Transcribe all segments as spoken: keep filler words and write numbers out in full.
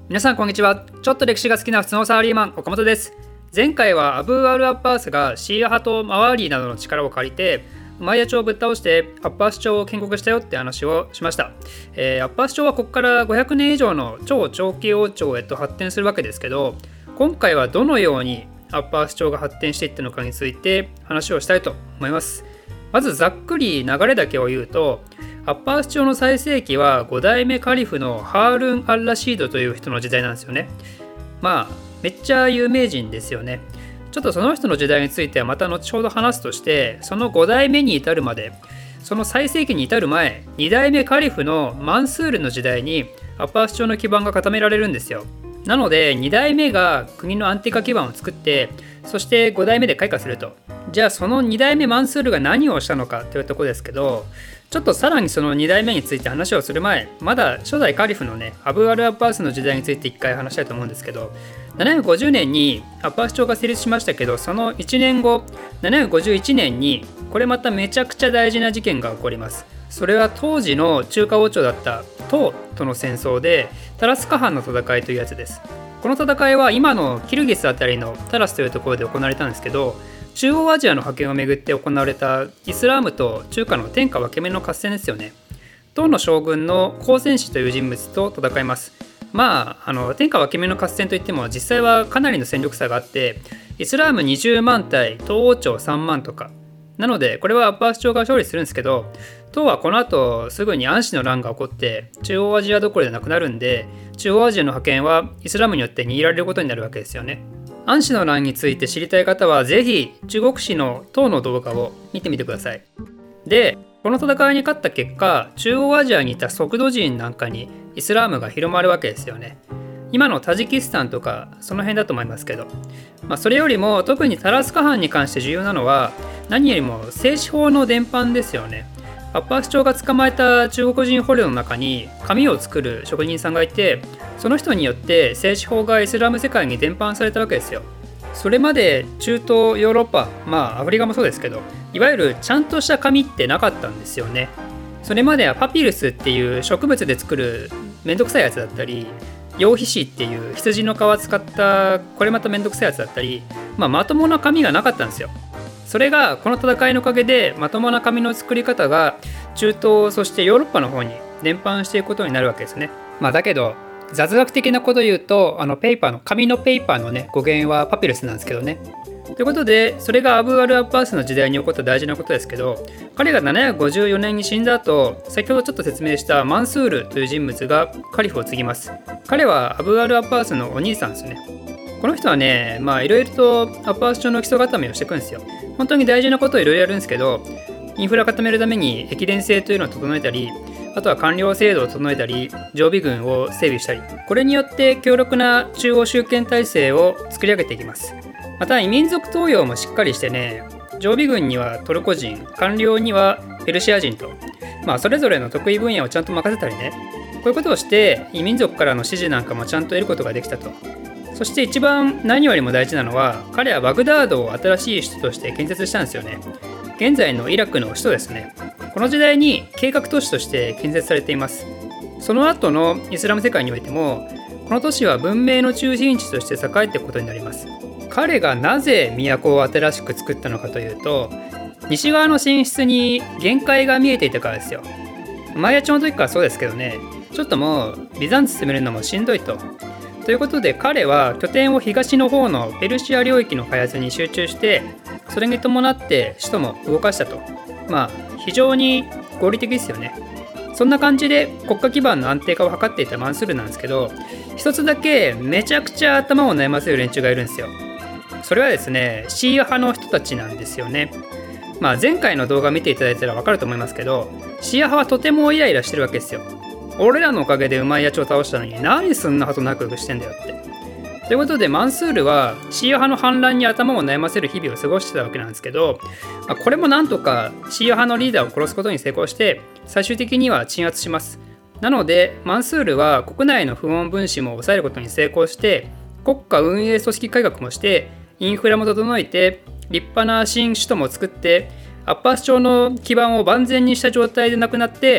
皆さんこんにちは。ちょっと歴史が好きな普通のサラリーマン岡本です。前回はアブーアル・アッバースがシーア派とマワーリーなどの力を借りてウマイヤ朝をぶっ倒してアッバース朝を建国したよって話をしました。えー、アッバース朝はここからごひゃくねん以上の超長期王朝へと発展するわけですけど、今回はどのようにアッバース朝が発展していったのかについて話をしたいと思います。まずざっくり流れだけを言うと、アッバース朝の最盛期はご代目カリフのハールン・アッラシードという人の時代なんですよね。まあめっちゃ有名人ですよね。ちょっとその人の時代についてはまた後ほど話すとして、そのご代目に至るまで、その最盛期に至る前、に代目カリフのマンスールの時代にアッバース朝の基盤が固められるんですよ。なのでに代目が国の安定化基盤を作って、そしてご代目で開花すると。じゃあそのに代目マンスールが何をしたのかというところですけど、ちょっとさらにそのに代目について話をする前、まだ初代カリフのねアブーアル・アッバースの時代について一回話したいと思うんですけど、ななひゃくごじゅうねんにアッバース朝が成立しましたけど、そのいちねんごななひゃくごじゅういちねんにこれまためちゃくちゃ大事な事件が起こります。それは当時の中華王朝だった唐との戦争でタラスカ藩の戦いというやつです。この戦いは今のキルギスあたりのタラスというところで行われたんですけど、中央アジアの覇権をめぐって行われたイスラームと中華の天下分け目の合戦ですよね。唐の将軍の高仙氏という人物と戦います。まあ、あの天下分け目の合戦といっても実際はかなりの戦力差があって、イスラームにじゅうまん対唐王朝さんまんとかなので、これはアッバース朝が勝利するんですけど、唐はこの後すぐに安史の乱が起こって中央アジアどころでなくなるんで、中央アジアの覇権はイスラムによって握られることになるわけですよね。安史の乱について知りたい方はぜひ中国史の唐の動画を見てみてください。で、この戦いに勝った結果、中央アジアにいた速度人なんかにイスラームが広まるわけですよね。今のタジキスタンとかその辺だと思いますけど、まあ、それよりも特にタラスカ藩に関して重要なのは何よりも政治法の伝播ですよね。アッバース朝が捕まえた中国人捕虜の中に紙を作る職人さんがいて、その人によって政治法がイスラム世界に伝播されたわけですよ。それまで中東ヨーロッパ、まあアフリカもそうですけど、いわゆるちゃんとした紙ってなかったんですよね。それまではパピルスっていう植物で作るめんどくさいやつだったり、羊皮紙っていう羊の皮を使ったこれまためんどくさいやつだったり、まあ、まともな紙がなかったんですよ。それがこの戦いのおかげでまともな紙の作り方が中東そしてヨーロッパの方に伝播していくことになるわけですね。まあだけど雑学的なこと言うと、あのペーパーの紙のペーパーのね語源はパピルスなんですけどね。ということで、それがアブーアル・アッバースの時代に起こった大事なことですけど、彼がななひゃくごじゅうよねんに死んだ後、先ほどちょっと説明したマンスールという人物がカリフを継ぎます。彼はアブーアル・アッバースのお兄さんですね。この人はね、まあいろいろとアッバース朝の基礎固めをしていくんですよ。本当に大事なことをいろいろやるんですけど、インフラ固めるために駅伝制というのを整えたり、あとは官僚制度を整えたり、常備軍を整備したり、これによって強力な中央集権体制を作り上げていきます。また異民族登用もしっかりしてね、常備軍にはトルコ人、官僚にはペルシア人と、まあそれぞれの得意分野をちゃんと任せたりね、こういうことをして異民族からの支持なんかもちゃんと得ることができたと。そして一番何よりも大事なのは、彼はバグダードを新しい首都として建設したんですよね。現在のイラクの首都ですね。この時代に計画都市として建設されています。その後のイスラム世界においても、この都市は文明の中心地として栄えていくことになります。彼がなぜ都を新しく作ったのかというと、西側の進出に限界が見えていたからですよ。ウマイヤ朝の時からそうですけどね、ちょっともうビザンツ攻めるのもしんどいと。ということで彼は拠点を東の方のペルシア領域の開発に集中して、それに伴って首都も動かしたと。まあ非常に合理的ですよね。そんな感じで国家基盤の安定化を図っていたマンスールなんですけど、一つだけめちゃくちゃ頭を悩ませる連中がいるんですよ。それはですね、シーア派の人たちなんですよね。まあ前回の動画見ていただいたら分かると思いますけど、シーア派はとてもイライラしてるわけですよ。俺らのおかげでウマイヤ朝を倒したのに何そんなことなくしてんだよって。ということでマンスールはシーア派の反乱に頭を悩ませる日々を過ごしてたわけなんですけど、これもなんとかシーア派のリーダーを殺すことに成功して最終的には鎮圧します。なのでマンスールは国内の不穏分子も抑えることに成功して、国家運営組織改革もしてインフラも整えて立派な新首都も作って、アッバース朝の基盤を万全にした状態で亡くなって、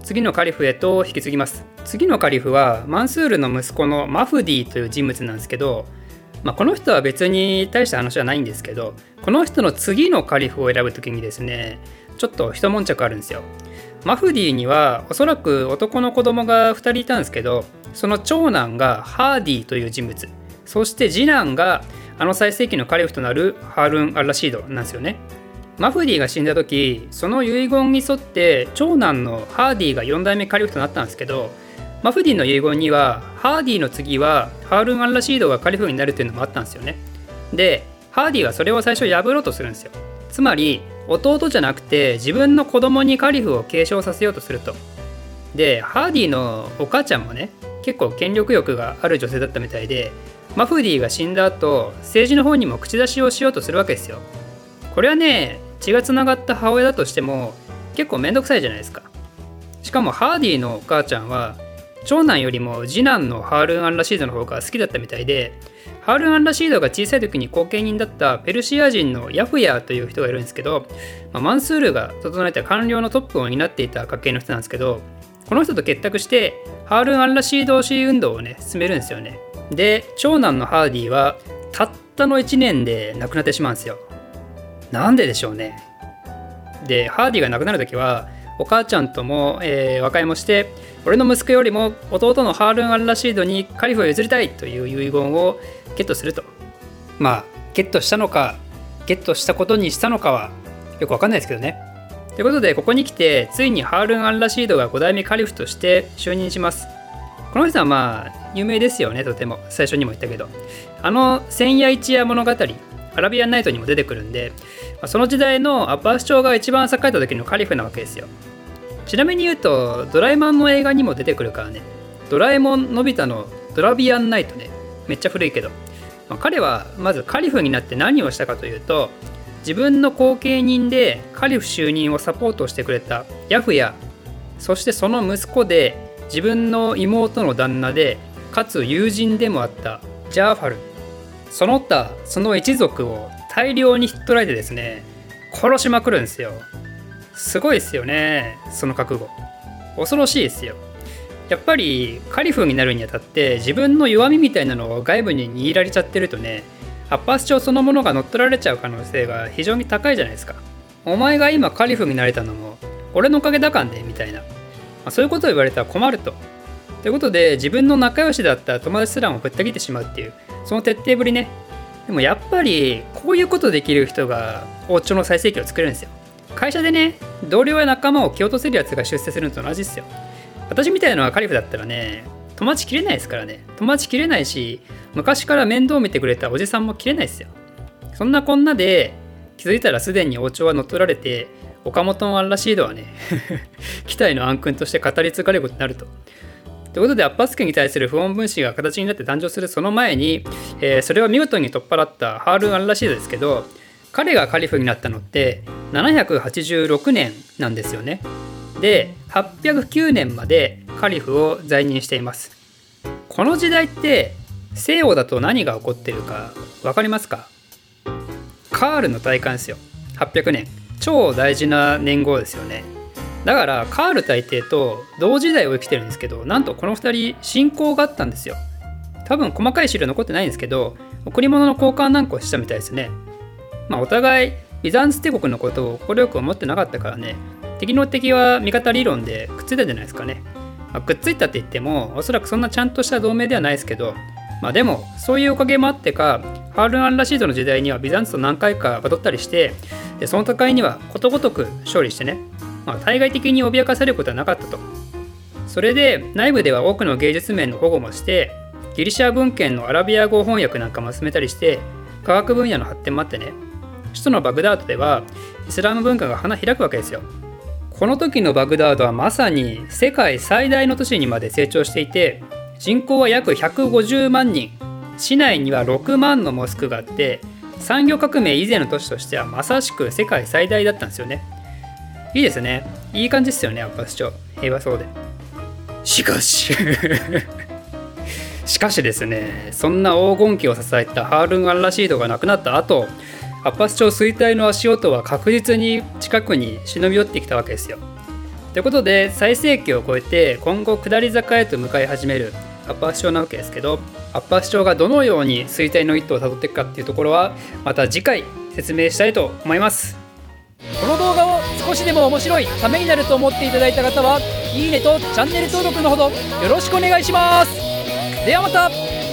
次のカリフへと引き継ぎます。次のカリフはマンスールの息子のマフディという人物なんですけど、まあ、この人は別に大した話はないんですけど、この人の次のカリフを選ぶときにですね、ちょっと一悶着あるんですよ。マフディにはおそらく男の子供がふたりいたんですけど、その長男がハーディという人物、そして次男があの最盛期のカリフとなるハールン・アルラシードなんですよね。マフディが死んだ時、その遺言に沿って長男のハーディがよん代目カリフとなったんですけど、マフディの遺言にはハーディの次はハールン・アルラシードがカリフになるっていうのもあったんですよね。で、ハーディはそれを最初破ろうとするんですよ。つまり弟じゃなくて自分の子供にカリフを継承させようとすると。で、ハーディのお母ちゃんもね、結構権力欲がある女性だったみたいで、マフディが死んだ後、政治の方にも口出しをしようとするわけですよ。これはね、血がつながった母親だとしても結構めんどくさいじゃないですか。しかもハーディのお母ちゃんは長男よりも次男のハールン・アルラシードの方が好きだったみたいで、ハールン・アルラシードが小さい時に後見人だったペルシア人のヤフヤという人がいるんですけど、まあ、マンスールが整えた官僚のトップを担っていた家系の人なんですけど、この人と結託してハールン・アルラシード支持運動をね進めるんですよね。で、長男のハーディはたったのいちねんで亡くなってしまうんですよ。なんででしょうね。で、ハーディが亡くなるときはお母ちゃんとも、えー、和解もして、俺の息子よりも弟のハールン・アルラシードにカリフを譲りたいという遺言をゲットすると。まあゲットしたのかゲットしたことにしたのかはよくわかんないですけどね。ということで、ここに来てついにハールン・アルラシードがご代目カリフとして就任します。この人はまあ有名ですよね。とても最初にも言ったけど、あの千夜一夜物語アラビアンナイトにも出てくるんで、その時代のアッバース朝が一番栄えた時のカリフなわけですよ。ちなみに言うと、ドラえもんの映画にも出てくるからね。ドラえもんのび太のドラビアンナイトね、めっちゃ古いけど、まあ、彼はまずカリフになって何をしたかというと、自分の後継人でカリフ就任をサポートしてくれたヤフヤ、そしてその息子で自分の妹の旦那でかつ友人でもあったジャーファル、その他その一族を大量にひっ捕らえてですね、殺しまくるんですよ。すごいですよね、その覚悟。恐ろしいですよ。やっぱりカリフになるにあたって自分の弱みみたいなのを外部に握られちゃってるとね、アッバース朝そのものが乗っ取られちゃう可能性が非常に高いじゃないですか。お前が今カリフになれたのも俺のおかげだかんでみたいな、まあ、そういうことを言われたら困ると。ということで、自分の仲良しだった友達すらもぶった切ってしまうっていう、その徹底ぶりね。でもやっぱりこういうことできる人が王朝の最盛期を作れるんですよ。会社でね、同僚や仲間を蹴落とせるやつが出世するのと同じですよ。私みたいなのがカリフだったらね、友達切れないですからね。友達切れないし、昔から面倒見てくれたおじさんも切れないですよ。そんなこんなで気づいたらすでに王朝は乗っ取られて、岡本のアルラシードはね期待の暗君として語り継がれることになると。ということで、アッバス家に対する不穏分子が形になって誕生するその前に、えー、それを見事に取っ払ったハールン・アルラシードですけど、彼がカリフになったのってななひゃくはちじゅうろくねんなんですよね。で、はっぴゃくきゅうねんまでカリフを在任しています。この時代って西欧だと何が起こってるか分かりますか？カールの大汗ですよ。はっぴゃくねん、超大事な年号ですよね。だからカール大帝と同時代を生きてるんですけど、なんとこのふたり親交があったんですよ。多分細かい資料残ってないんですけど、贈り物の交換なんかをしたみたいですね。まあお互いビザンツ帝国のことを快く思ってなかったからね、敵の敵は味方理論でくっついたじゃないですかね。まあ、くっついたって言ってもおそらくそんなちゃんとした同盟ではないですけど、まあでもそういうおかげもあってか、ハールン・アルラシードの時代にはビザンツと何回かバトったりして、でその戦いにはことごとく勝利してね、まあ、対外的に脅かされることはなかったと。それで内部では多くの芸術面の保護もして、ギリシャ文献のアラビア語翻訳なんかも進めたりして、科学分野の発展もあってね、首都のバグダードではイスラム文化が花開くわけですよ。この時のバグダードはまさに世界最大の都市にまで成長していて、人口は約ひゃくごじゅうまんにん、市内にはろくまんのモスクがあって、産業革命以前の都市としてはまさしく世界最大だったんですよね。いいですね。いい感じですよね、アッバス朝。平和そうで。しかししかしですね、そんな黄金期を支えたハールン・アルラシードが亡くなった後、アッバス朝衰退の足音は確実に近くに忍び寄ってきたわけですよ。 ということで最盛期を超えて今後下り坂へと向かい始めるアッパー主張なわけですけど、アッパー主張がどのように衰退の一途をたどっていくかっていうところはまた次回説明したいと思います。この動画を少しでも面白いためになると思っていただいた方はいいねとチャンネル登録のほどよろしくお願いします。ではまた。